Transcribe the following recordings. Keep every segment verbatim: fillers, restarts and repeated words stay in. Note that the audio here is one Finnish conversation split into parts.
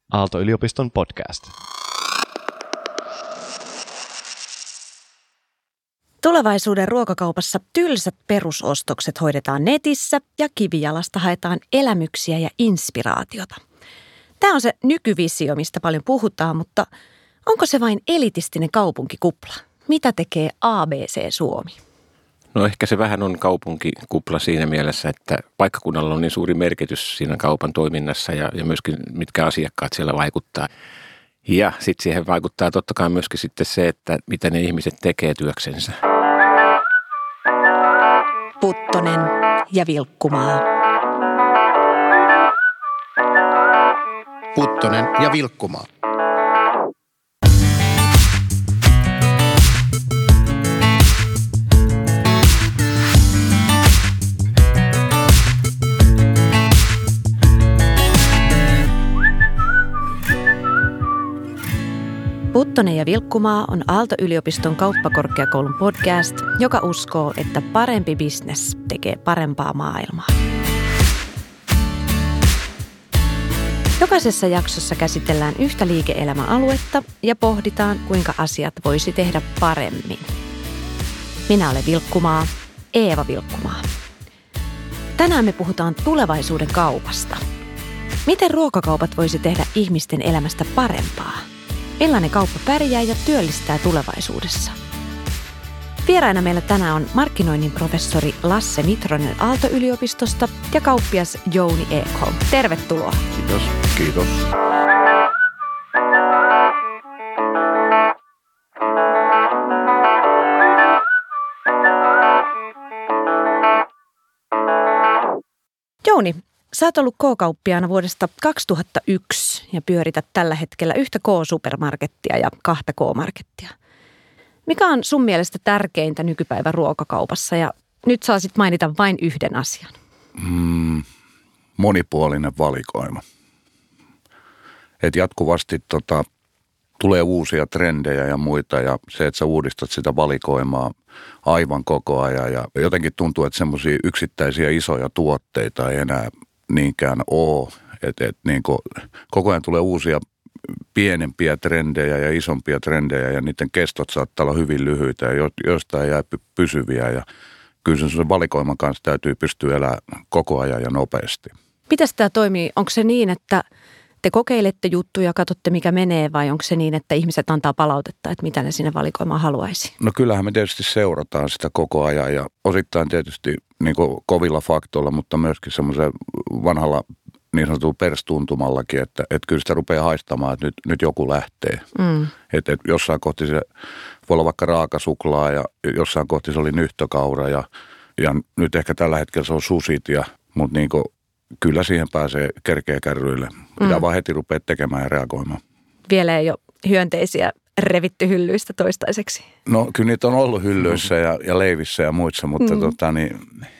Aalto-yliopiston podcast. Tulevaisuuden ruokakaupassa tylsät perusostokset hoidetaan netissä ja kivijalasta haetaan elämyksiä ja inspiraatiota. Tämä on se nykyvisio, mistä paljon puhutaan, mutta onko se vain elitistinen kaupunkikupla? Mitä tekee A B C Suomi? No ehkä se vähän on kaupunkikupla siinä mielessä, että paikkakunnalla on niin suuri merkitys siinä kaupan toiminnassa ja, ja myöskin mitkä asiakkaat siellä vaikuttaa. Ja sitten siihen vaikuttaa totta kai myöskin sitten se, että mitä ne ihmiset tekee työksensä. Puttonen ja Vilkkumaa. Puttonen ja Vilkkumaa. Puttonen ja Vilkkumaa on Aalto-yliopiston kauppakorkeakoulun podcast, joka uskoo, että parempi bisnes tekee parempaa maailmaa. Jokaisessa jaksossa käsitellään yhtä liike-elämäaluetta ja pohditaan, kuinka asiat voisi tehdä paremmin. Minä olen Vilkkumaa, Eeva Vilkkumaa. Tänään me puhutaan tulevaisuuden kaupasta. Miten ruokakaupat voisi tehdä ihmisten elämästä parempaa? Millainen kauppa pärjää ja työllistää tulevaisuudessa? Vieraina meillä tänään on markkinoinnin professori Lasse Mitronen Aalto-yliopistosta ja kauppias Jouni Ekholm. Tervetuloa. Kiitos. Kiitos. Jouni, sä oot ollut K-kauppiaana vuodesta kaksituhattayksi ja pyörität tällä hetkellä yhtä K-supermarkettia ja kahta K-markettia. Mikä on sun mielestä tärkeintä nykypäivän ruokakaupassa ja nyt saasit mainita vain yhden asian? Mm, monipuolinen valikoima. Et jatkuvasti tota, tulee uusia trendejä ja muita ja se, että sä uudistat sitä valikoimaa aivan koko ajan ja jotenkin tuntuu, että semmoisia yksittäisiä isoja tuotteita ei enää niinkään ole. Että et, niin koko ajan tulee uusia pienempiä trendejä ja isompia trendejä ja niiden kestot saattaa olla hyvin lyhyitä ja jostain jää pysyviä ja kyllä sen valikoiman kanssa täytyy pystyä elämään koko ajan ja nopeasti. Miten tämä toimii? Onko se niin, että te kokeilette juttuja, katsotte mikä menee vai onko se niin, että ihmiset antaa palautetta, että mitä ne sinne valikoimaan haluaisi? No kyllähän me tietysti seurataan sitä koko ajan ja osittain tietysti niin kuin kovilla faktoilla, mutta myöskin semmoisen vanhalla niin sanotulla perstuntumallakin, että, että kyllä sitä rupeaa haistamaan, että nyt, nyt joku lähtee. Mm. Että, että jossain kohti se voi olla vaikka raakasuklaa ja jossain kohti se oli nyhtökaura ja, ja nyt ehkä tällä hetkellä se on susit, ja, mutta niin kuin, kyllä siihen pääsee kerkeä kärryille. Pitää mm. vaan heti rupea tekemään ja reagoimaan. Vielä ei ole hyönteisiä revitty hyllyistä toistaiseksi. No kyllä niitä on ollut hyllyissä ja, ja leivissä ja muissa, mutta mm. tota, niin,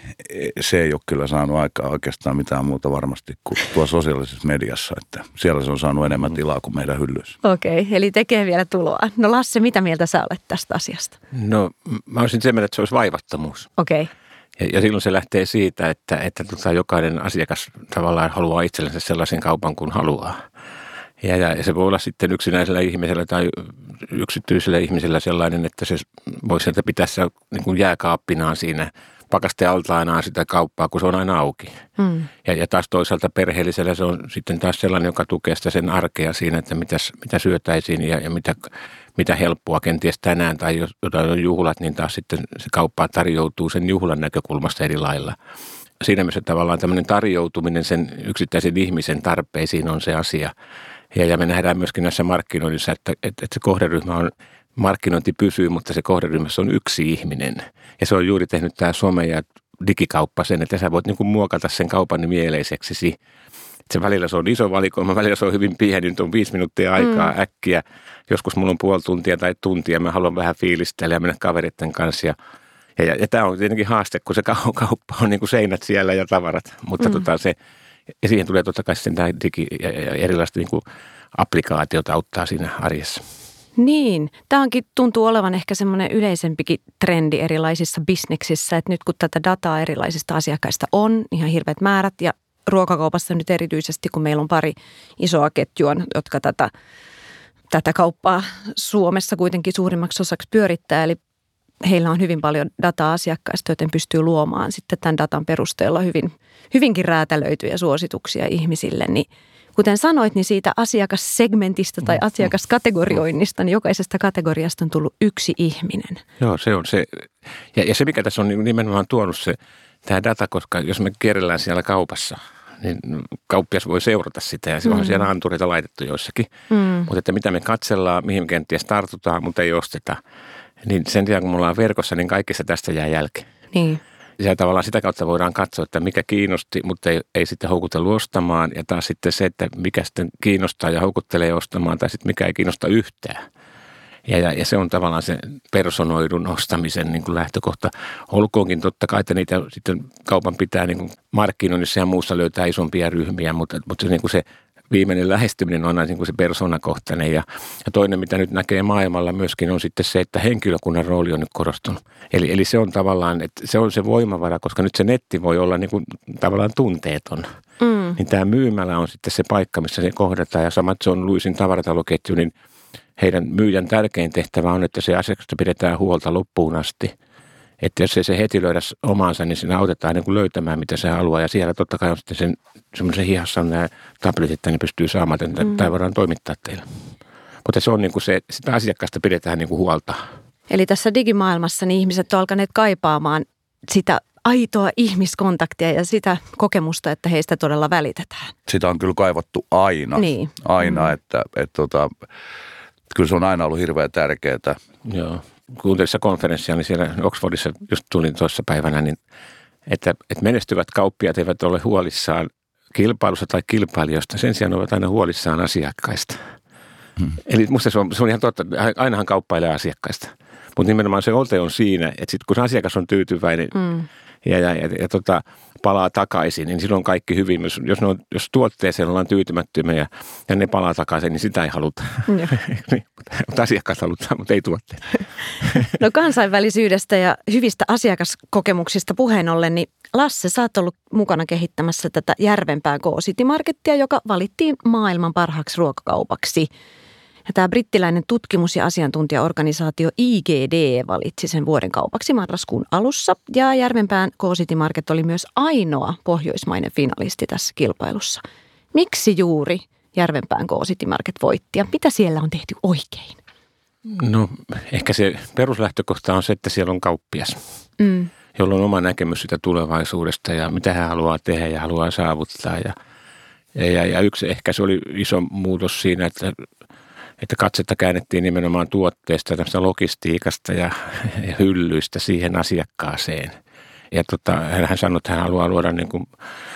se ei ole kyllä saanut aikaa oikeastaan mitään muuta varmasti kuin tuo sosiaalisessa mediassa. Että siellä se on saanut enemmän tilaa kuin meidän hyllyissä. Okei, okay, eli tekee vielä tuloa. No Lasse, mitä mieltä sä olet tästä asiasta? No mä olisin sen mieltä, että se olisi vaivattomuus. Okei. Okay. Ja, ja silloin se lähtee siitä, että, että tota, jokainen asiakas tavallaan haluaa itsellensä sellaisen kaupan kuin haluaa. Ja, ja se voi olla sitten yksinäisellä ihmisellä tai yksityisellä ihmisellä sellainen, että se voi sieltä pitää se niin kuin jääkaappinaan siinä pakastealtaanaan sitä kauppaa, kun se on aina auki. Hmm. Ja, ja taas toisaalta perheellisellä se on sitten taas sellainen, joka tukee sitä sen arkea siinä, että mitäs, mitä syötäisiin ja, ja mitä, mitä helppoa kenties tänään tai jos on juhlat, niin taas sitten se kauppaa tarjoutuu sen juhlan näkökulmasta eri lailla. Siinä mielessä tavallaan tämmöinen tarjoutuminen sen yksittäisen ihmisen tarpeisiin on se asia. Ja, ja me nähdään myöskin näissä markkinoinnissa, että, että, että se kohderyhmä on, markkinointi pysyy, mutta se kohderyhmässä on yksi ihminen. Ja se on juuri tehnyt tämä some ja digikauppa sen, että sä voit niin kuin muokata sen kaupan mieleiseksesi. Se välillä se on iso valikoima, välillä se on hyvin pieni, nyt on viisi minuuttia aikaa mm. äkkiä. Joskus mulla on puoli tuntia tai tuntia, mä haluan vähän fiilistellä ja mennä kavereiden kanssa. Ja, ja, ja, ja tämä on tietenkin haaste, kun se kauppa on niin kuin seinät siellä ja tavarat, mutta mm. tota se... Ja siihen tulee totta kai sitten tämä digi ja erilaiset niin kuin applikaatiot auttaa siinä arjessa. Niin, tämä onkin tuntuu olevan ehkä semmoinen yleisempikin trendi erilaisissa bisneksissä, että nyt kun tätä dataa erilaisista asiakkaista on ihan hirveät määrät ja ruokakaupassa nyt erityisesti, kun meillä on pari isoa ketjua, jotka tätä, tätä kauppaa Suomessa kuitenkin suurimmaksi osaksi pyörittää. Eli heillä on hyvin paljon dataa asiakkaista, joten pystyy luomaan sitten tämän datan perusteella hyvin, hyvinkin räätälöityjä suosituksia ihmisille. Niin kuten sanoit, niin siitä asiakassegmentistä tai asiakaskategorioinnista, niin jokaisesta kategoriasta on tullut yksi ihminen. Joo, se on se. Ja, ja se, mikä tässä on nimenomaan tuonut se, tämä data, koska jos me kierrellään siellä kaupassa, niin kauppias voi seurata sitä ja silloin mm. siellä antureita laitettu joissakin. Mm. Mutta että mitä me katsellaan, mihin me kenties tartutaan, mutta ei osteta, niin sen sijaan kun me ollaan verkossa, niin kaikessa tästä jää jälkeen. Niin. Ja tavallaan sitä kautta voidaan katsoa, että mikä kiinnosti, mutta ei, ei sitten houkutellut ostamaan. Ja taas sitten se, että mikä sitten kiinnostaa ja houkuttelee ostamaan tai sitten mikä ei kiinnosta yhtään. Ja, ja, ja se on tavallaan se personoidun ostamisen niin kuin lähtökohta. Olkoonkin totta kai, että niitä sitten kaupan pitää niin kuin markkinoinnissa ja muussa löytää isompia ryhmiä, mutta, mutta se, niin kuin se viimeinen lähestyminen on aina niin kuin se persoonakohtainen. Ja, ja toinen, mitä nyt näkee maailmalla myöskin, on sitten se, että henkilökunnan rooli on nyt korostunut. Eli, eli se on tavallaan, että se on se voimavara, koska nyt se netti voi olla niin kuin tavallaan tunteeton. Mm. Niin tämä myymälä on sitten se paikka, missä se kohdataan. Ja samat se on Louisin tavarataloketju, niin heidän myyjän tärkein tehtävä on, että se asiakasta pidetään huolta loppuun asti. Että jos ei se heti löydä omaansa, niin siinä autetaan niin kuin löytämään, mitä se haluaa. Ja siellä totta kai on sitten sen, semmoisen hihassa on nämä tabletit, niin pystyy saamaan, että mm. tämä voidaan toimittaa teille. Mutta se on niin kuin se, sitä asiakasta pidetään niin kuin huolta. Eli tässä digimaailmassa niin ihmiset on alkaneet kaipaamaan sitä aitoa ihmiskontaktia ja sitä kokemusta, että heistä todella välitetään. Sitä on kyllä kaivattu aina. Niin. Aina, mm. että, että, että kyllä se on aina ollut hirveän tärkeää. Joo. Kuuntelissa konferenssia, niin siellä Oxfordissa just tulin tuossa päivänä, niin että, että menestyvät kauppiaat eivät ole huolissaan kilpailusta tai kilpailijoista. Sen sijaan ovat aina huolissaan asiakkaista. Hmm. Eli musta se on, se on ihan totta, ainahan kauppailee asiakkaista. Mutta nimenomaan se ote on siinä, että sit kun asiakas on tyytyväinen hmm. ja, ja, ja, ja tota, palaa takaisin, niin silloin kaikki hyvin. Jos, jos, on, jos tuotteeseen ollaan tyytymättömiä ja, ja ne palaa takaisin, niin sitä ei haluta. Mutta asiakkaat halutaan, mutta ei tuotteet. No kansainvälisyydestä ja hyvistä asiakaskokemuksista puheen ollen, niin Lasse, sä oot ollut mukana kehittämässä tätä Järvenpään Go-City Marketia, joka valittiin maailman parhaaksi ruokakaupaksi. Ja tämä brittiläinen tutkimus- ja asiantuntijaorganisaatio I G D valitsi sen vuoden kaupaksi marraskuun alussa. Ja Järvenpään Go-City Market oli myös ainoa pohjoismainen finalisti tässä kilpailussa. Miksi juuri Järvenpään Go-City Market voitti ja mitä siellä on tehty oikein? No ehkä se peruslähtökohta on se, että siellä on kauppias, mm. jolla on oma näkemys sitä tulevaisuudesta ja mitä hän haluaa tehdä ja haluaa saavuttaa. Ja, ja, ja yksi ehkä se oli iso muutos siinä, että että katsetta käännettiin nimenomaan tuotteesta, tämmöistä logistiikasta ja, ja hyllyistä siihen asiakkaaseen. Ja tota, hän sanoi, että hän haluaa luoda niin kuin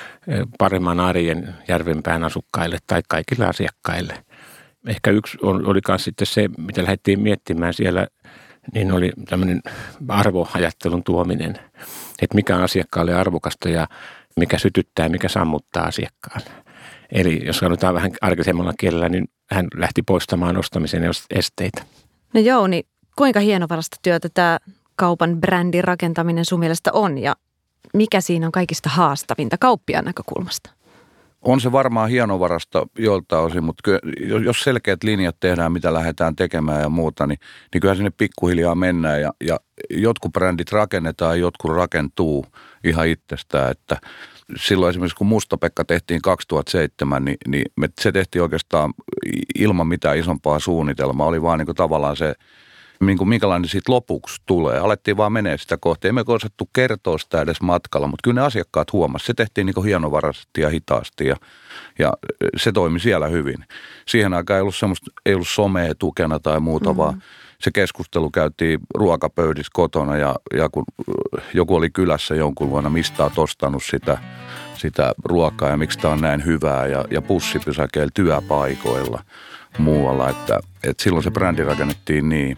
paremman arjen Järvenpään asukkaille tai kaikille asiakkaille. Ehkä yksi oli myös sitten se, mitä lähdettiin miettimään siellä, niin oli tämmöinen arvoajattelun tuominen, että mikä on asiakkaalle arvokasta ja mikä sytyttää, mikä sammuttaa asiakkaan. Eli jos sanotaan vähän arkisemmalla kielellä, niin hän lähti poistamaan ostamisen esteitä. No joo, niin kuinka hienovarasta työtä tämä kaupan brändin rakentaminen sun mielestä on ja mikä siinä on kaikista haastavinta kauppiaan näkökulmasta? On se varmaan hienovarasta joltain osin, mutta jos selkeät linjat tehdään, mitä lähdetään tekemään ja muuta, niin, niin kyllä sinne pikkuhiljaa mennään ja, ja jotkut brändit rakennetaan ja jotkut rakentuu ihan itsestään, että silloin esimerkiksi kun Musta-Pekka tehtiin kaksituhattaseitsemän, niin, niin me, se tehtiin oikeastaan ilman mitään isompaa suunnitelmaa. Oli vaan niin kuin tavallaan se, niin kuin minkälainen siitä lopuksi tulee. Alettiin vaan menee sitä kohti. Emme osattu kertoa sitä edes matkalla, mutta kyllä ne asiakkaat huomasivat. Se tehtiin niin kuin hienovaraisesti ja hitaasti ja, ja se toimi siellä hyvin. Siihen aikaan ei ollut, semmoista, ei ollut somea tukena tai muuta, mm-hmm. vaan se keskustelu käytiin ruokapöydissä kotona ja, ja kun joku oli kylässä jonkun luona, mistä olet ostanut sitä, sitä ruokaa ja miksi tämä on näin hyvää ja, ja pussipysäkeillä työpaikoilla muualla, että, että silloin se brändi rakennettiin niin.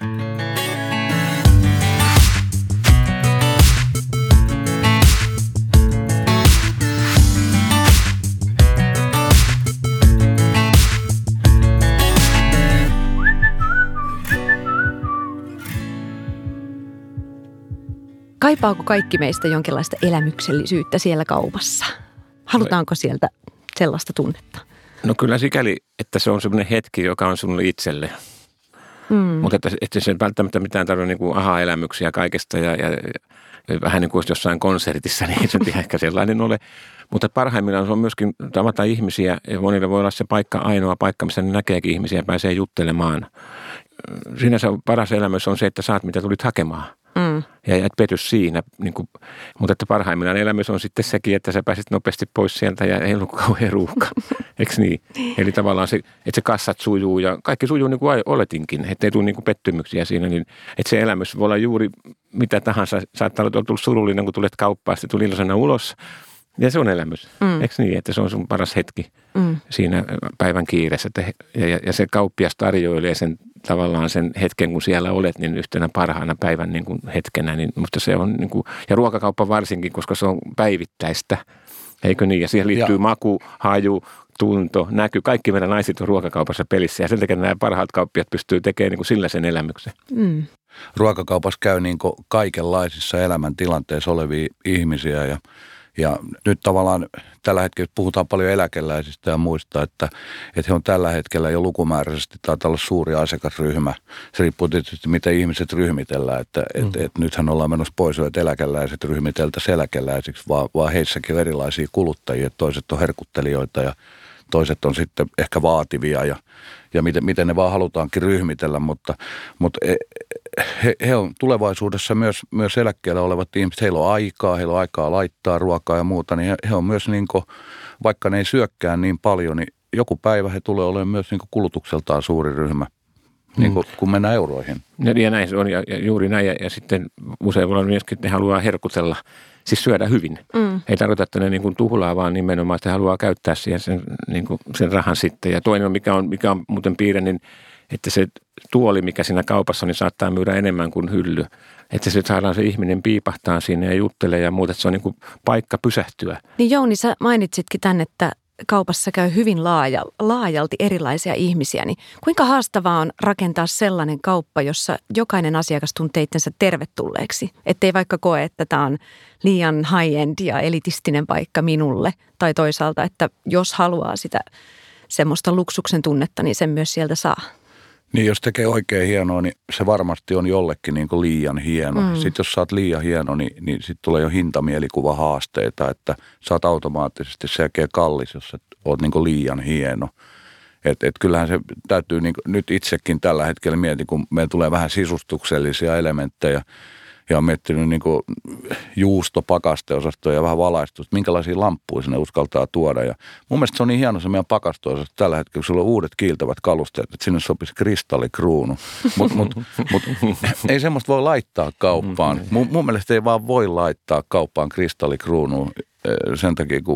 Kaipaako kaikki meistä jonkinlaista elämyksellisyyttä siellä kaupassa? Halutaanko sieltä sellaista tunnetta? No kyllä sikäli, että se on semmoinen hetki, joka on sinulle itselle. Mm. Mutta että, että se ei välttämättä mitään tarvitse niin kuin aha-elämyksiä kaikesta ja, ja, ja vähän niin kuin jossain konsertissa, niin se ei ehkä sellainen ole. Mutta parhaimmillaan se on myöskin tavata ihmisiä ja monille voi olla se paikka ainoa paikka, missä ne näkeekin ihmisiä ja pääsee juttelemaan. Siinä se paras elämys on se, että saat mitä tulit hakemaan. Mm. Ja et pety siinä, niin kuin, mutta että parhaimmillaan elämys on sitten sekin, että sä pääsit nopeasti pois sieltä ja ei ollut kauhean ruuhka, eikö niin? Eli tavallaan se, että se kassat sujuu ja kaikki sujuu niin kuin oletinkin, että ei tule niin kuin pettymyksiä siinä, niin että se elämys voi olla juuri mitä tahansa. Saattaa olla tullut surullinen, kun tulet kauppaan, sitten tuli iloisena ulos ja se on elämys, mm. eikö niin? Että se on sun paras hetki mm. siinä päivän kiireessä ja, ja, ja se kauppias tarjoilee sen tavallaan sen hetken, kun siellä olet, niin yhtenä parhaana päivän niin kuin hetkenä, niin musta se on, niin kuin, ja ruokakauppa varsinkin, koska se on päivittäistä, eikö niin? Ja siihen liittyy ja maku, haju, tunto, näky, kaikki meidän naiset on ruokakaupassa pelissä, ja sen takia nämä parhaat kauppiat pystyy tekemään niin kuin sillä sen elämyksen. Mm. Ruokakaupassa käy niin kuin kaikenlaisissa elämäntilanteissa olevia ihmisiä, ja Ja nyt tavallaan tällä hetkellä puhutaan paljon eläkeläisistä ja muista, että, että he on tällä hetkellä jo lukumääräisesti taitaa olla suuri asiakasryhmä. Se riippuu tietysti, miten ihmiset ryhmitellään, että mm. et, et nythän ollaan menossa pois, että eläkeläiset ryhmiteltäisiin eläkeläisiksi, vaan, vaan heissäkin on erilaisia kuluttajia. Toiset on herkuttelijoita ja toiset on sitten ehkä vaativia ja, ja miten, miten ne vaan halutaankin ryhmitellä, mutta, mutta he, he on tulevaisuudessa myös, myös eläkkeellä olevat ihmiset, heillä on aikaa, heillä on aikaa laittaa ruokaa ja muuta, niin he, he on myös niin kuin, vaikka ne ei syökkään niin paljon, niin joku päivä he tulee olemaan myös niin kuin kulutukseltaan suuri ryhmä, niin kuin, mm. kun mennään euroihin. Ja, ja näin se on, ja, ja juuri näin, ja, ja sitten usein voi olla myöskin, että ne haluaa herkutella, siis syödä hyvin. Mm. Ei tarkoita, että ne niin kuin tuhlaa, vaan nimenomaan, että haluaa käyttää siihen sen, niin kuin sen rahan sitten. Ja toinen, mikä on, mikä on muuten piirre, niin että se tuoli, mikä siinä kaupassa on, niin saattaa myydä enemmän kuin hylly. Että se saadaan se ihminen piipahtaa siinä ja juttelee ja muuta, että se on niin kuin paikka pysähtyä. Niin Jouni, sä mainitsitkin tämän, että kaupassa käy hyvin laaja, laajalti erilaisia ihmisiä, niin kuinka haastavaa on rakentaa sellainen kauppa, jossa jokainen asiakas tuntee itsensä tervetulleeksi? Ettei vaikka koe, että tämä on liian high-end ja elitistinen paikka minulle. Tai toisaalta, että jos haluaa sitä semmoista luksuksen tunnetta, niin sen myös sieltä saa. Niin, jos tekee oikein hienoa, niin se varmasti on jollekin niin kuin liian hieno. Mm. Sitten jos sä oot liian hieno, niin, niin sitten tulee jo hintamielikuva haasteita, että sä oot automaattisesti selkeä kallis, jos sä oot niin kuin liian hieno. Että et kyllähän se täytyy, niin kuin, nyt itsekin tällä hetkellä mietin, kun meillä tulee vähän sisustuksellisia elementtejä, ja on miettinyt niin kuin juustopakasteosastoja ja vähän valaistusta, minkälaisia lamppuja sinne uskaltaa tuoda. Ja mun mielestä se on niin hieno se meidän pakasteosasto tällä hetkellä, kun sulla on uudet kiiltävät kalusteet, että sinne sopisi kristallikruunu. Mutta mut, mut, ei semmoista voi laittaa kauppaan. Mun, mun mielestä ei vaan voi laittaa kauppaan kristallikruunua sen takia, kun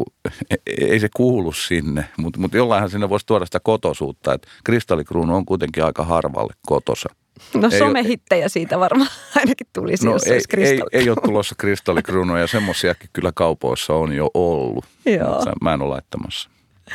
ei se kuulu sinne. Mutta mut jollainhan sinne voisi tuoda sitä kotosuutta, että kristallikruunu on kuitenkin aika harvalle kotosa. No somehittejä siitä varmaan ainakin tulisi, no, jos ei, olisi kristalli. Ei, ei ole tulossa kristallikruunuja ja semmoisiakin kyllä kaupoissa on jo ollut. Joo. Mä en ole laittamassa.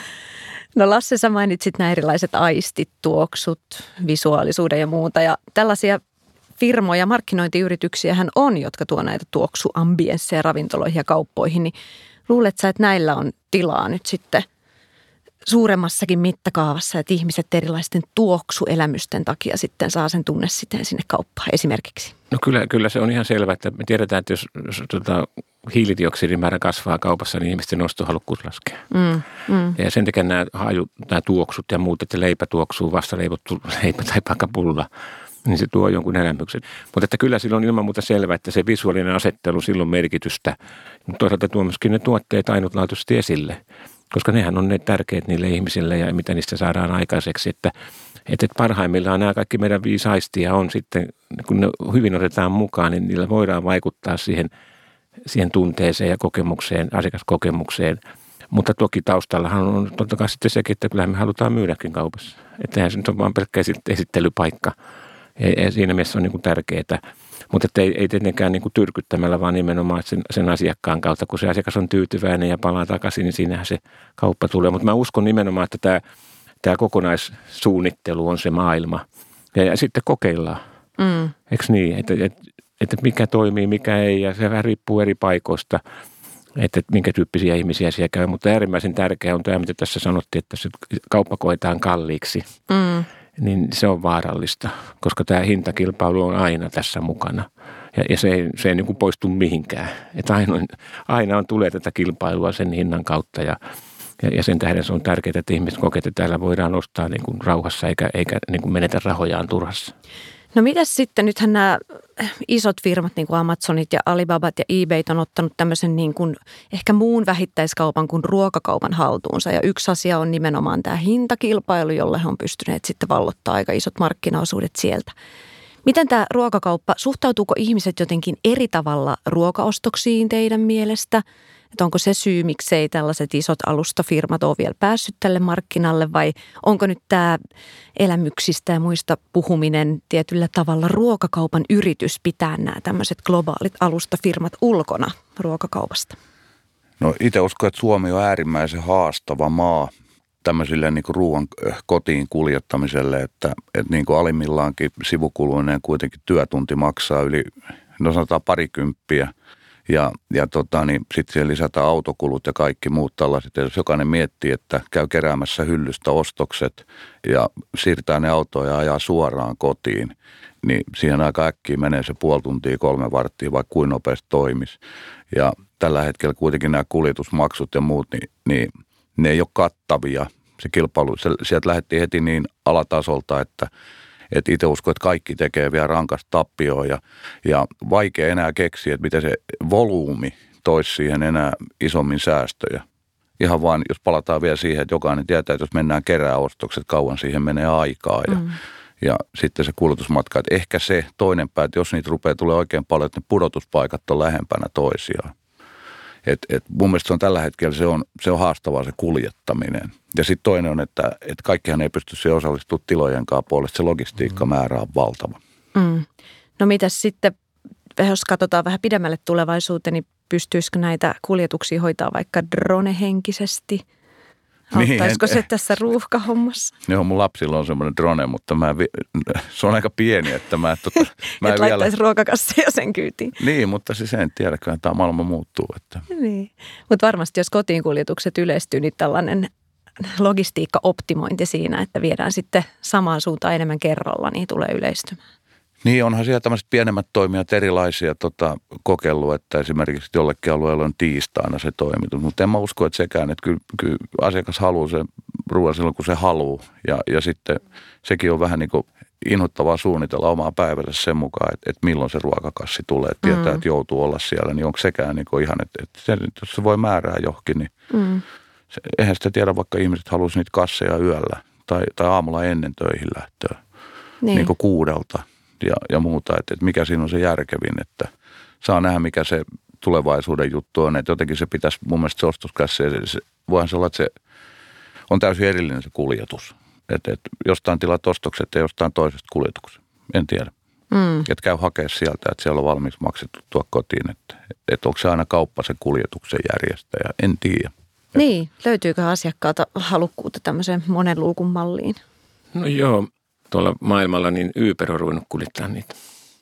No Lasse, sä mainitsit nämä erilaiset aistit, tuoksut, visuaalisuuden ja muuta. Ja tällaisia firmoja, markkinointiyrityksiähän on, jotka tuo näitä tuoksuambiensseja ravintoloihin ja kauppoihin. Niin luulet sä, että näillä on tilaa nyt sitten suuremmassakin mittakaavassa, että ihmiset erilaisten tuoksuelämysten takia sitten saa sen tunnesiteen sinne kauppaan esimerkiksi? No kyllä, kyllä se on ihan selvä, että me tiedetään, että jos, jos tota, hiilidioksidin määrä kasvaa kaupassa, niin ihmisten ostohalukkuus laskee. Mm, mm. Ja sen takia nämä, haju, nämä tuoksut ja muut, että leipä tuoksuu, vasta leivottu leipä tai pakapulla, niin se tuo jonkun elämyksen. Mutta että kyllä silloin on ilman muuta selvä, että se visuaalinen asettelu silloin merkitystä. Mutta toisaalta tuo myöskin ne tuotteet ainutlaatuisesti esille, koska nehän on ne tärkeät niille ihmisille ja mitä niistä saadaan aikaiseksi, että, että parhaimmillaan nämä kaikki meidän viisi aistia on sitten, kun ne hyvin otetaan mukaan, niin niillä voidaan vaikuttaa siihen, siihen tunteeseen ja kokemukseen, asiakaskokemukseen. Mutta toki taustallahan on totta kai sitten sekin, että kyllähän me halutaan myydäkin kaupassa. Että eihän se nyt ole vaan pelkkä esittelypaikka. Ja, ja siinä mielessä on niin kuin tärkeää. Mutta ei, ei tietenkään niin kuin tyrkyttämällä, vaan nimenomaan sen, sen asiakkaan kautta. Kun se asiakas on tyytyväinen ja palaa takaisin, niin siinähän se kauppa tulee. Mutta mä uskon nimenomaan, että tämä, tämä kokonaissuunnittelu on se maailma. Ja, ja sitten kokeillaan. Mm. Eikö niin? Että, että, että mikä toimii, mikä ei. Ja se vähän riippuu eri paikoista. että, että minkä tyyppisiä ihmisiä siellä käy. Mutta äärimmäisen tärkeää on tämä, mitä tässä sanottiin, että se kauppa koetaan kalliiksi. Mm. Niin se on vaarallista, koska tämä hintakilpailu on aina tässä mukana. Ja, ja se ei, se ei niin kuin poistu mihinkään. Että aina, aina on tulee tätä kilpailua sen hinnan kautta ja, ja, ja sen tähden se on tärkeää, että ihmiset kokevat, että täällä voidaan ostaa niin kuin rauhassa eikä, eikä niin kuin menetä rahojaan turhassa. No mitäs sitten, nythän nämä isot firmat niin kuin Amazonit ja Alibabat ja eBayt on ottanut tämmöisen niin kuin ehkä muun vähittäiskaupan kuin ruokakaupan haltuunsa. Ja yksi asia on nimenomaan tämä hintakilpailu, jolle he on pystyneet sitten vallottaa aika isot markkinaosuudet sieltä. Miten tämä ruokakauppa, suhtautuuko ihmiset jotenkin eri tavalla ruokaostoksiin teidän mielestä? Että onko se syy, miksei tällaiset isot alustafirmat ole vielä päässyt tälle markkinalle vai onko nyt tämä elämyksistä ja muista puhuminen tietyllä tavalla ruokakaupan yritys pitää nämä tämmöiset globaalit alustafirmat ulkona ruokakaupasta? No itse uskon, että Suomi on äärimmäisen haastava maa tämmöisille niin kuin ruoan kotiin kuljettamiselle, että, että niin kuin alimmillaankin sivukuluinen kuitenkin työtunti maksaa yli, no sanotaan parikymppiä. Ja, ja tota, niin sitten siihen lisätään autokulut ja kaikki muut tällaiset. Ja jos jokainen miettii, että käy keräämässä hyllystä ostokset ja siirtää ne autoon ja ajaa suoraan kotiin, niin siihen aika äkkiä menee se puoli tuntia, kolme varttia, vaikka kuin nopeasti toimisi. Ja tällä hetkellä kuitenkin nämä kuljetusmaksut ja muut, niin, niin ne ei ole kattavia. Se kilpailu, se, sieltä lähdettiin heti niin alatasolta, että Että itse uskon, että kaikki tekee vielä rankasta tappioa ja, ja vaikea enää keksiä, että miten se volyymi toisi siihen enää isommin säästöjä. Ihan vaan, jos palataan vielä siihen, että jokainen tietää, että jos mennään kerää ostokset, kauan siihen menee aikaa ja, mm. ja sitten se kulutusmatka. Että ehkä se toinen pää, että jos niitä rupeaa tulee oikein paljon, että ne pudotuspaikat on lähempänä toisiaan. Et, et mun mielestä se on tällä hetkellä se on, se on haastavaa se kuljettaminen. Ja sitten toinen on, että et kaikkihan ei pysty siihen osallistumaan tilojenkaan puolesta. Se logistiikkamäärä on valtava. Mm. No mitäs sitten, jos katsotaan vähän pidemmälle tulevaisuuteen, niin pystyisikö näitä kuljetuksia hoitaa vaikka drone-henkisesti? Auttaisiko niin, se tässä ruuhkahommassa? Joo, mun lapsilla on semmoinen drone, mutta mä, se on aika pieni, että mä... Tota, mä et vielä... laittaisi ruokakassia sen kyytiin. Niin, mutta siis en tiedä, kyllä tämä maailma muuttuu. Että... Niin, mutta varmasti jos kotiinkuljetukset yleistyy, niin tällainen logistiikka-optimointi siinä, että viedään sitten samaan suuntaan enemmän kerralla, niin tulee yleistymään. Niin, onhan siellä tämmöiset pienemmät toimijat erilaisia tota, kokeillut, että esimerkiksi jollekin alueella on tiistaina se toimitus, mutta en mä usko, että sekään, että kyllä, kyllä asiakas haluaa sen ruoan silloin, kun se haluaa ja, ja sitten sekin on vähän niin kuin inhottavaa suunnitella omaa päivänsä sen mukaan, että, että milloin se ruokakassi tulee, että tietää, mm. että joutuu olla siellä, niin onko sekään niin kuin ihan, että, että se, jos se voi määrää johonkin, niin mm. se, eihän sitä tiedä, vaikka ihmiset haluaisi niitä kasseja yöllä tai, tai aamulla ennen töihin lähtöä, niin, niin kuin kuudelta. Ja, ja muuta, että, että mikä siinä on se järkevin, että saa nähdä, mikä se tulevaisuuden juttu on, että jotenkin se pitäisi mun mielestä se ostoskassi, se, voihan se olla, että se on täysin erillinen se kuljetus, että, että jostain tilat ostokset ja jostain toisesta kuljetuksen, en tiedä, mm. että käy hakea sieltä, että siellä on valmiiksi maksettu tuo kotiin, että, että onko se aina kauppa se kuljetuksen järjestäjä, en tiedä. Niin, löytyykö asiakkaalta halukkuutta tämmöiseen monen luukun malliin? No joo. Tuolla maailmalla niin Uber on ruvennut kuljettaa niitä.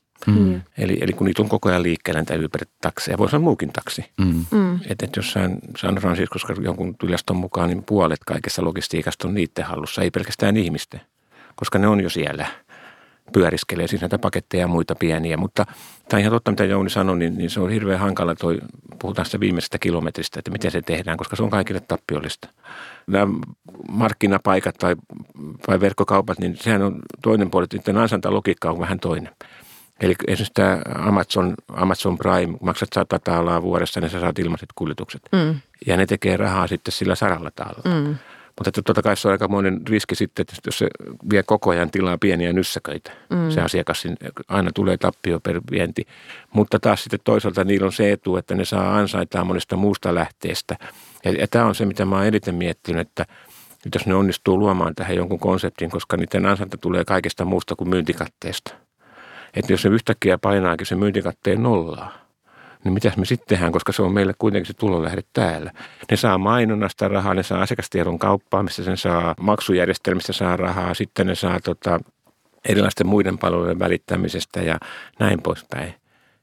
Mm. Eli, eli kun niitä on koko ajan liikkeellä näitä Uber-takseja, voi olla muukin taksi. Mm. Mm. Että et jossain San Franciscossa jonkun tilaston mukaan, niin puolet kaikessa logistiikasta on niiden hallussa, ei pelkästään ihmisten, koska ne on jo siellä. Pyöriskelee siis näitä paketteja ja muita pieniä, mutta tämä on ihan totta, mitä Jouni sanoi, niin, niin se on hirveän hankala, toi, puhutaan sitä viimeisestä kilometristä, että miten se tehdään, koska se on kaikille tappiollista. Nämä markkinapaikat tai, tai verkkokaupat, niin sehän on toinen puoli, että ansantalogiikka on vähän toinen. Eli esimerkiksi tämä Amazon, Amazon Prime, maksat sata taalaa vuodessa, niin sä saat ilmaiset kuljetukset. Mm. Ja ne tekee rahaa sitten sillä saralla taalalla. Mm. Mutta totta kai se on aikamoinen riski sitten, että jos se vie koko ajan tilaa pieniä nyssäköitä, mm. se asiakas aina tulee tappio per vienti. Mutta taas sitten toisaalta niillä on se etu, että ne saa ansaitaa monesta muusta lähteestä. Ja, ja tämä on se, mitä mä oon eniten miettinyt, että jos ne onnistuu luomaan tähän jonkun konseptin, koska niiden ansanta tulee kaikesta muusta kuin myyntikatteesta. Että jos se yhtäkkiä painaakin se myyntikatteen nollaa, niin mitäs me sitten tehdään, koska se on meille kuitenkin se tulonlähde täällä. Ne saa mainonnasta rahaa, ne saa asiakastiedon kauppaa, missä sen saa maksujärjestelmistä saa rahaa, sitten ne saa tota, erilaisten muiden palveluiden välittämisestä ja näin poispäin.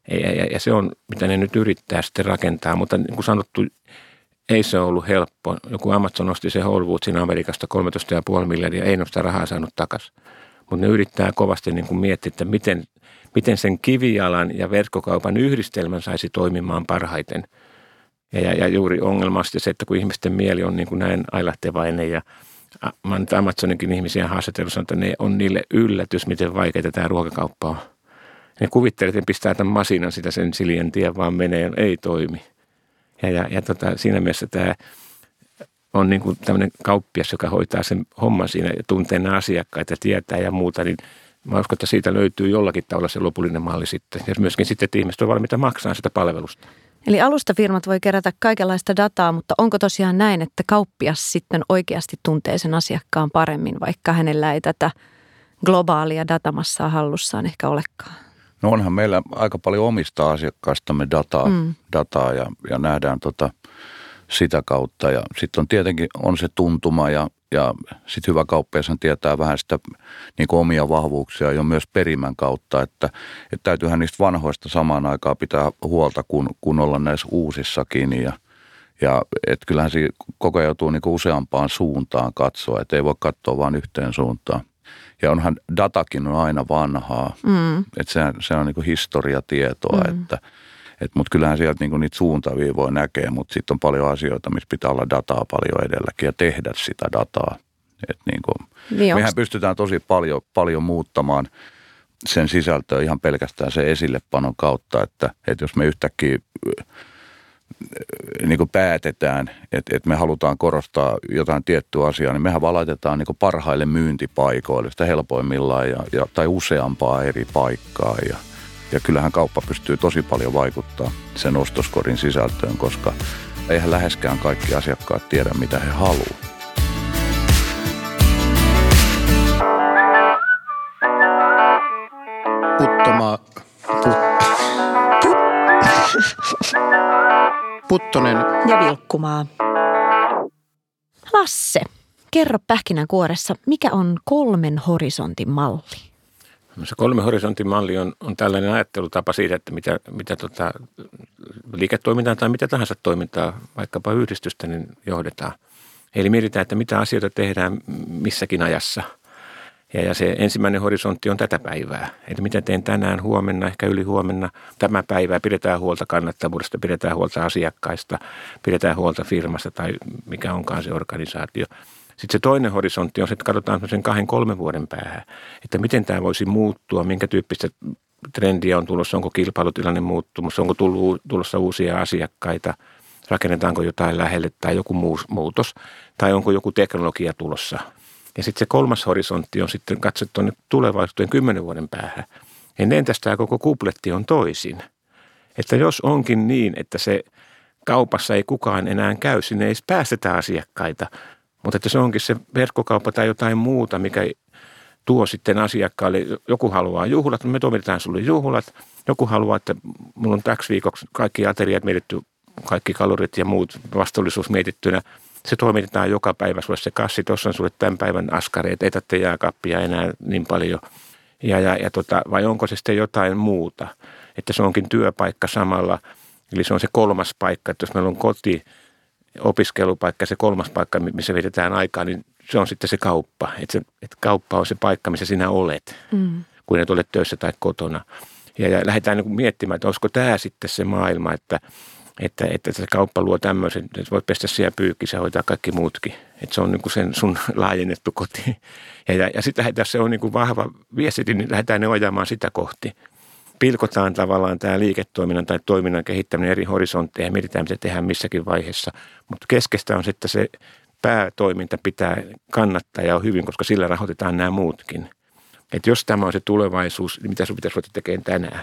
Ja, ja, ja se on, mitä ne nyt yrittää sitten rakentaa, mutta niin kuin sanottu, ei se ollut helppo. Joku Amazon nosti se Whole Foodsin Amerikasta kolmetoista pilkku viisi miljardia, ei ole sitä rahaa saanut takaisin. Mutta ne yrittää kovasti niin kuin miettiä, että miten, miten sen kivijalan ja verkkokaupan yhdistelmän saisi toimimaan parhaiten. Ja, ja, ja juuri ongelmasti se, että kun ihmisten mieli on niin kuin näin ailahtevainen ja mä oon nyt Amazoninkin ihmisiä haastatellut, että ne on niille yllätys, miten vaikeaa tämä ruokakauppa on. Ne kuvittelee, että ne pistää tämän masinan sitä sen silien tien vaan menee, ei toimi. Ja, ja, ja tota, siinä mielessä tämä on niin kuin tämmöinen kauppias, joka hoitaa sen homman siinä ja tuntee nämä asiakkaat ja tietää ja muuta, niin mä uskon, että siitä löytyy jollakin tavalla se lopullinen malli sitten. Ja myöskin sitten, että ihmiset on valmiita maksaa sitä palvelusta. Eli alustafirmat voi kerätä kaikenlaista dataa, mutta onko tosiaan näin, että kauppias sitten oikeasti tuntee sen asiakkaan paremmin, vaikka hänellä ei tätä globaalia datamassaa hallussaan ehkä olekaan? No onhan meillä aika paljon omista asiakkaistamme dataa, mm. dataa ja, ja nähdään tota sitä kautta. Ja sitten on tietenkin on se tuntuma ja, ja sitten hyvä kauppiashan tietää vähän sitä niin kuin omia vahvuuksia jo myös perimän kautta, että, että täytyyhän niistä vanhoista samaan aikaan pitää huolta, kun, kun olla näissä uusissakin. Ja, ja että kyllähän se koko ajan joutuu niin kuin useampaan suuntaan katsoa, että ei voi katsoa vain yhteen suuntaan. Ja onhan datakin on aina vanhaa, mm. että se, se on niin kuin historiatietoa, mm. että et, mutta kyllähän sieltä niinku niitä suuntaviivoja näkee, mutta sitten on paljon asioita, missä pitää olla dataa paljon edelläkin ja tehdä sitä dataa. Et niinku, niin mehän pystytään tosi paljon, paljon muuttamaan sen sisältöä ihan pelkästään sen esillepanon kautta, että, että jos me yhtäkkiä niin kuin päätetään, että, että me halutaan korostaa jotain tiettyä asiaa, niin mehän vaan laitetaan niin kuin parhaille myyntipaikoille sitä helpoimmillaan ja, ja, tai useampaa eri paikkaa ja Ja kyllähän kauppa pystyy tosi paljon vaikuttaa sen ostoskorin sisältöön, koska eihän läheskään kaikki asiakkaat tiedä, mitä he haluaa. Puttoma... Put, put, Puttonen ja Vilkkumaa. Lasse, kerro pähkinänkuoressa, mikä on kolmen horisontin malli? Se kolme horisontin malli on, on tällainen ajattelutapa siitä, että mitä, mitä tota, liiketoimintaa tai mitä tahansa toimintaa, vaikkapa yhdistystä, niin johdetaan. Eli mietitään, että mitä asioita tehdään missäkin ajassa. Ja, ja se ensimmäinen horisontti on tätä päivää. Eli mitä teen tänään, huomenna, ehkä yli huomenna. Tämä päivää pidetään huolta kannattavuudesta, pidetään huolta asiakkaista, pidetään huolta firmasta tai mikä onkaan se organisaatio. Sitten se toinen horisontti on se, että katsotaan sen kahden, kolmen vuoden päähän, että miten tämä voisi muuttua, minkä tyyppistä trendiä on tulossa, onko kilpailutilanne muuttumassa, onko tullut, tulossa uusia asiakkaita, rakennetaanko jotain lähelle tai joku muu muutos, tai onko joku teknologia tulossa. Ja sitten se kolmas horisontti on sitten katsottu tuonne tulevaisuuteen kymmenen vuoden päähän. Ja entäs tämä koko kupletti on toisin. Että jos onkin niin, että se kaupassa ei kukaan enää käy, sinne ei päästetä asiakkaita, mutta että se onkin se verkkokauppa tai jotain muuta, mikä tuo sitten asiakkaalle. Joku haluaa juhlat, me toimitetaan sulle juhlat. Joku haluaa, että mulla on täksi viikoksi kaikki ateriat mietitty, kaikki kalorit ja muut vastuullisuus mietittynä. Se toimitetaan joka päivä sulle se kassi. Tuossa on sulle tämän päivän askareet, ei tarvitse jääkappia enää niin paljon. Ja, ja, ja tota, vai onko se sitten jotain muuta, että se onkin työpaikka samalla. Eli se on se kolmas paikka, että jos meillä on koti, opiskelupaikka, se kolmas paikka, missä vietetään aikaa, niin se on sitten se kauppa. Että, se, että kauppa on se paikka, missä sinä olet, mm. kun et ole töissä tai kotona. Ja, ja lähdetään niin miettimään, että olisiko tämä sitten se maailma, että, että, että se kauppa luo tämmöisen, että voit pestä siellä pyykkissä ja hoitaa kaikki muutkin. Että se on niin kuin sen sun laajennettu koti. Ja, ja, ja sitten lähdetään, se on niin kuin vahva viesti, niin lähdetään ne ojamaan sitä kohti. Pilkotaan tavallaan tämä liiketoiminnan tai toiminnan kehittäminen eri horisontteja ja mietitään, mitä tehdään missäkin vaiheessa. Mutta keskeistä on se, että se päätoiminta pitää kannattaa ja on hyvin, koska sillä rahoitetaan nämä muutkin. Että jos tämä on se tulevaisuus, niin mitä sinun pitäisi ruveta tekemään tänään?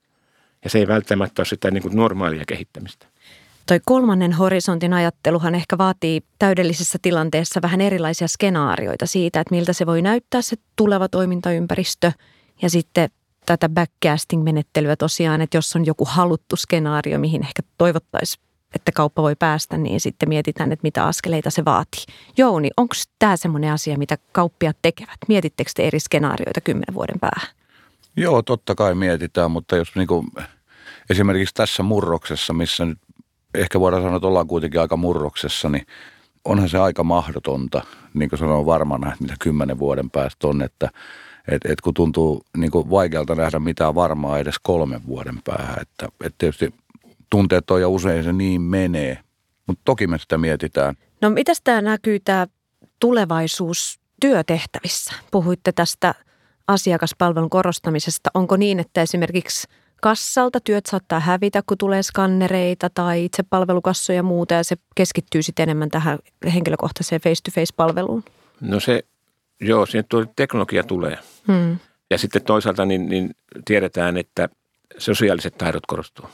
Ja se ei välttämättä ole sitä niin kuin normaalia kehittämistä. Toi kolmannen horisontin ajatteluhan ehkä vaatii täydellisessä tilanteessa vähän erilaisia skenaarioita siitä, että miltä se voi näyttää se tuleva toimintaympäristö ja sitten tätä backcasting-menettelyä tosiaan, että jos on joku haluttu skenaario, mihin ehkä toivottaisiin, että kauppa voi päästä, niin sitten mietitään, että mitä askeleita se vaatii. Jouni, onko tämä semmoinen asia, mitä kauppiaat tekevät? Mietittekö te eri skenaarioita kymmenen vuoden päähän? Joo, totta kai mietitään, mutta jos niinku, esimerkiksi tässä murroksessa, missä nyt ehkä voidaan sanoa, että ollaan kuitenkin aika murroksessa, niin onhan se aika mahdotonta, niin kuin sanon varmana, että mitä kymmenen vuoden päästä on, että et, et kun tuntuu niin kuin vaikealta nähdä mitään varmaa edes kolmen vuoden päähän, että et tietysti tunteet on ja usein se niin menee, mutta toki me sitä mietitään. No mitäs tämä näkyy tämä tulevaisuus työtehtävissä? Puhuitte tästä asiakaspalvelun korostamisesta. Onko niin, että esimerkiksi kassalta työt saattaa hävitä, kun tulee skannereita tai itsepalvelukassoja ja muuta, ja se keskittyy sitten enemmän tähän henkilökohtaiseen face-to-face-palveluun? No se, joo, siinä tuo teknologia tulee. Hmm. Ja sitten toisaalta niin, niin tiedetään, että sosiaaliset taidot korostuu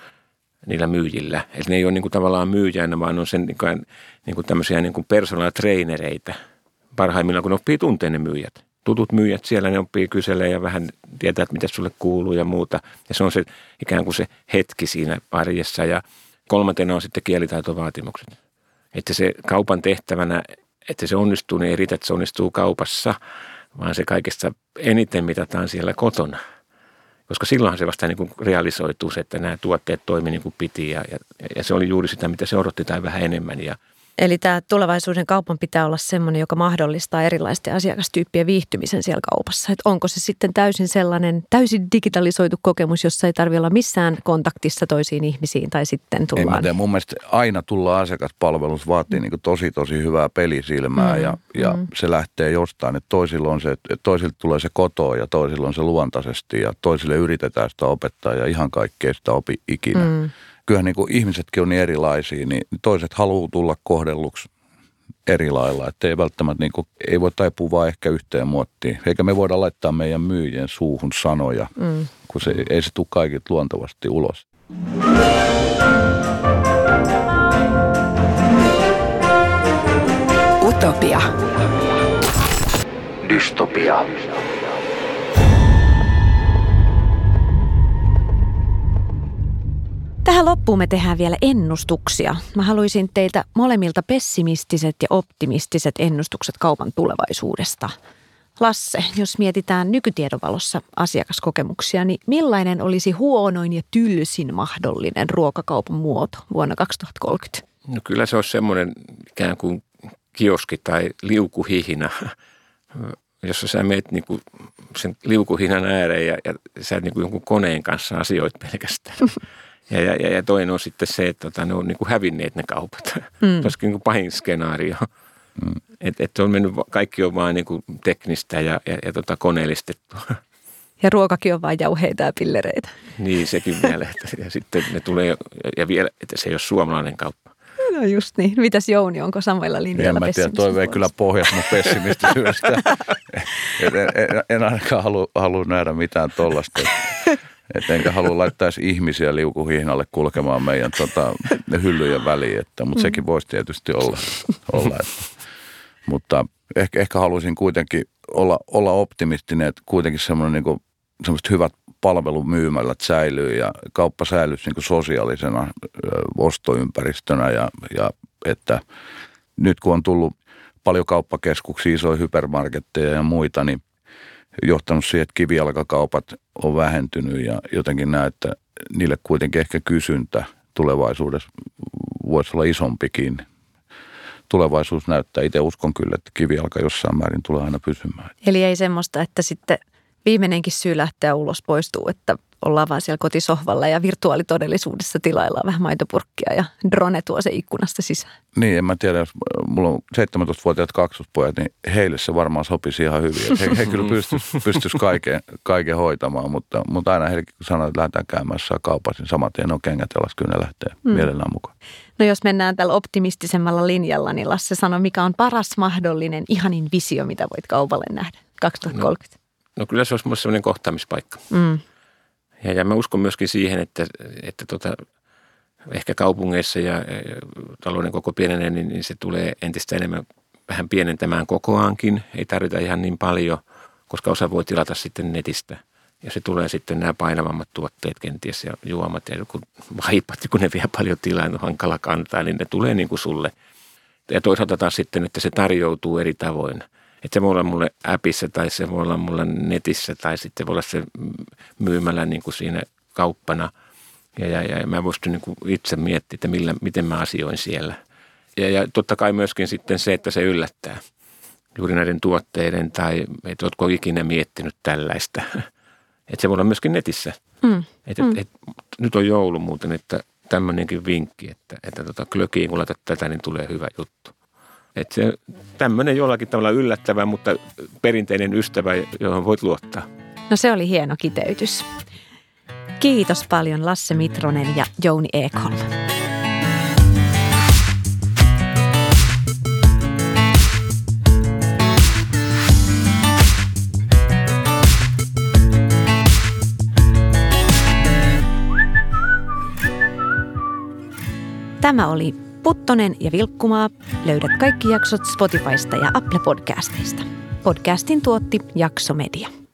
niillä myyjillä. Että ne ei ole niin kuin tavallaan myyjänä, vaan on sen niin kuin, niin kuin tämmöisiä niin kuin personal trainereita. Parhaimmillaan, kun ne oppii tunteen ne myyjät. Tutut myyjät siellä, ne oppii kyselemään ja vähän tietää, että mitä sulle kuuluu ja muuta. Ja se on se ikään kuin se hetki siinä arjessa. Ja kolmantena on sitten kielitaitovaatimukset. Että se kaupan tehtävänä, että se onnistuu, niin ei riitä, että se onnistuu kaupassa, vaan se kaikesta eniten mitataan siellä kotona. Koska silloinhan se vasta niin kuin realisoituu se, että nämä tuotteet toimi niin kuin piti ja, ja, ja se oli juuri sitä, mitä se odotti tai vähän enemmän. Ja eli tämä tulevaisuuden kaupan pitää olla sellainen, joka mahdollistaa erilaisten asiakastyyppien viihtymisen siellä kaupassa. Että onko se sitten täysin sellainen, täysin digitalisoitu kokemus, jossa ei tarvitse olla missään kontaktissa toisiin ihmisiin tai sitten tullaan. Ei, mutta mun mielestä aina tullaan asiakaspalvelus vaatii niin kuin tosi tosi hyvää pelisilmää mm, ja, ja mm. se lähtee jostain. Että toisilla on se, että toisille tulee se kotoa ja toisilla on se luontaisesti ja toisille yritetään sitä opettaa ja ihan kaikkea sitä opi ikinä. Mm. Kyllähän niin kuin ihmisetkin on niin erilaisia, niin toiset haluaa tulla kohdelluksi eri lailla. Että ei välttämättä, niin kuin, ei voi taipua vaan ehkä yhteen muottiin. Eikä me voida laittaa meidän myyjien suuhun sanoja, mm. kun se, ei se tule kaikilta luontevasti ulos. Utopia. Dystopia. Tähän loppuun me tehdään vielä ennustuksia. Mä haluaisin teiltä molemmilta pessimistiset ja optimistiset ennustukset kaupan tulevaisuudesta. Lasse, jos mietitään nykytiedon valossa asiakaskokemuksia, niin millainen olisi huonoin ja tylsin mahdollinen ruokakaupan muoto vuonna kaksituhattakolmekymmentä? No kyllä se olisi semmoinen ikään kuin kioski tai liukuhihina, jossa sä meet niinku sen liukuhinan ääreen ja, ja sä niinku jonkun koneen kanssa asioit pelkästään. Ja, ja, ja toinen on sitten se, että tota, ne on niin kuin hävinneet ne kaupat. Mm. Se olisi niin kuin pahin skenaario. Mm. Että et on mennyt, kaikki on vaan niin kuin teknistä ja, ja, ja tota koneellistettua. Ja ruokakin on vain jauheita ja pillereitä. Niin, sekin vielä. Että, ja sitten ne tulee, ja vielä, että se ei ole suomalainen kauppa. No just niin. Mitäs Jouni, onko samoilla linjoilla? En mä tiedä, toi ei kyllä pohjassa mun pessimistisyydestä. en, en, en ainakaan halua, halua nähdä mitään tollaista. Et enkä halua laittaa edes ihmisiä liukuhihnalle kulkemaan meidän tota, hyllyjen väliin, että, mutta mm. sekin voisi tietysti olla. olla että. Mutta ehkä, ehkä haluaisin kuitenkin olla, olla optimistinen, että kuitenkin semmoinen niin kuin, semmoiset hyvät palvelumyymälät säilyy ja kauppa säilyisi niin kuin sosiaalisena ö, ostoympäristönä ja, ja että nyt kun on tullut paljon kauppakeskuksia, isoja hypermarketteja ja muita, niin johtanut siihen, että kivijalkakaupat on vähentynyt ja jotenkin näen, että niille kuitenkin ehkä kysyntä tulevaisuudessa voisi olla isompikin. Tulevaisuus näyttää. Itse uskon kyllä, että kivijalka jossain määrin tulee aina pysymään. Eli ei semmoista, että sitten viimeinenkin syy lähteä ulos poistuu, että ollaan vaan siellä kotisohvalla ja virtuaalitodellisuudessa tilaillaan vähän maitopurkkia ja drone tuo se ikkunasta sisään. Niin, en mä tiedä, jos mulla on seitsemäntoistavuotiaat kaksospojat, niin heille se varmaan sopisi ihan hyvin. He, he kyllä pystyisivät pystyis kaiken, kaiken hoitamaan, mutta, mutta aina heillekin kun sanoo, että lähdetään käymään jossain kaupassa, niin saman tien on kengät jalas, kyllä ne lähtee mm. mielellään mukaan. No jos mennään tällä optimistisemmalla linjalla, niin Lasse sanoi, mikä on paras mahdollinen ihanin visio, mitä voit kaupalle nähdä kaksituhattakolmekymmentä? No, no kyllä se olisi myös sellainen kohtaamispaikka. Mm. Ja, ja mä uskon myöskin siihen, että, että tota, ehkä kaupungeissa ja, ja talouden koko pienenee, niin, niin se tulee entistä enemmän vähän pienentämään kokoaankin. Ei tarvita ihan niin paljon, koska osa voi tilata sitten netistä. Ja se tulee sitten nämä painavammat tuotteet kenties ja juomat ja joku vaipat, kun ne vie paljon tilaa, on hankala kantaa, niin ne tulee niin kuin sulle. Ja toisaalta taas sitten, että se tarjoutuu eri tavoin. Että se voi olla mulle appissa tai se voi olla mulle netissä tai sitten voi olla se myymällä niin kuin siinä kauppana. Ja, ja, ja mä voisin niin kuin itse miettiä, että millä, miten mä asioin siellä. Ja, ja totta kai myöskin sitten se, että se yllättää. Juuri näiden tuotteiden tai, että ootko ikinä miettinyt tällaista. Että se voi olla myöskin netissä. Mm. Että mm. et, et, nyt on joulu muuten, että tämmöinenkin vinkki, että, että tota, klökiin kun laitat tätä, niin tulee hyvä juttu. Että se tämmöinen jollakin tavalla yllättävä, mutta perinteinen ystävä, johon voit luottaa. No se oli hieno kiteytys. Kiitos paljon Lasse Mitronen ja Jouni Ekholm. Tämä oli Puttonen ja Vilkkumaa. Löydät kaikki jaksot Spotifysta ja Apple Podcasteista. Podcastin tuotti Jakso Media.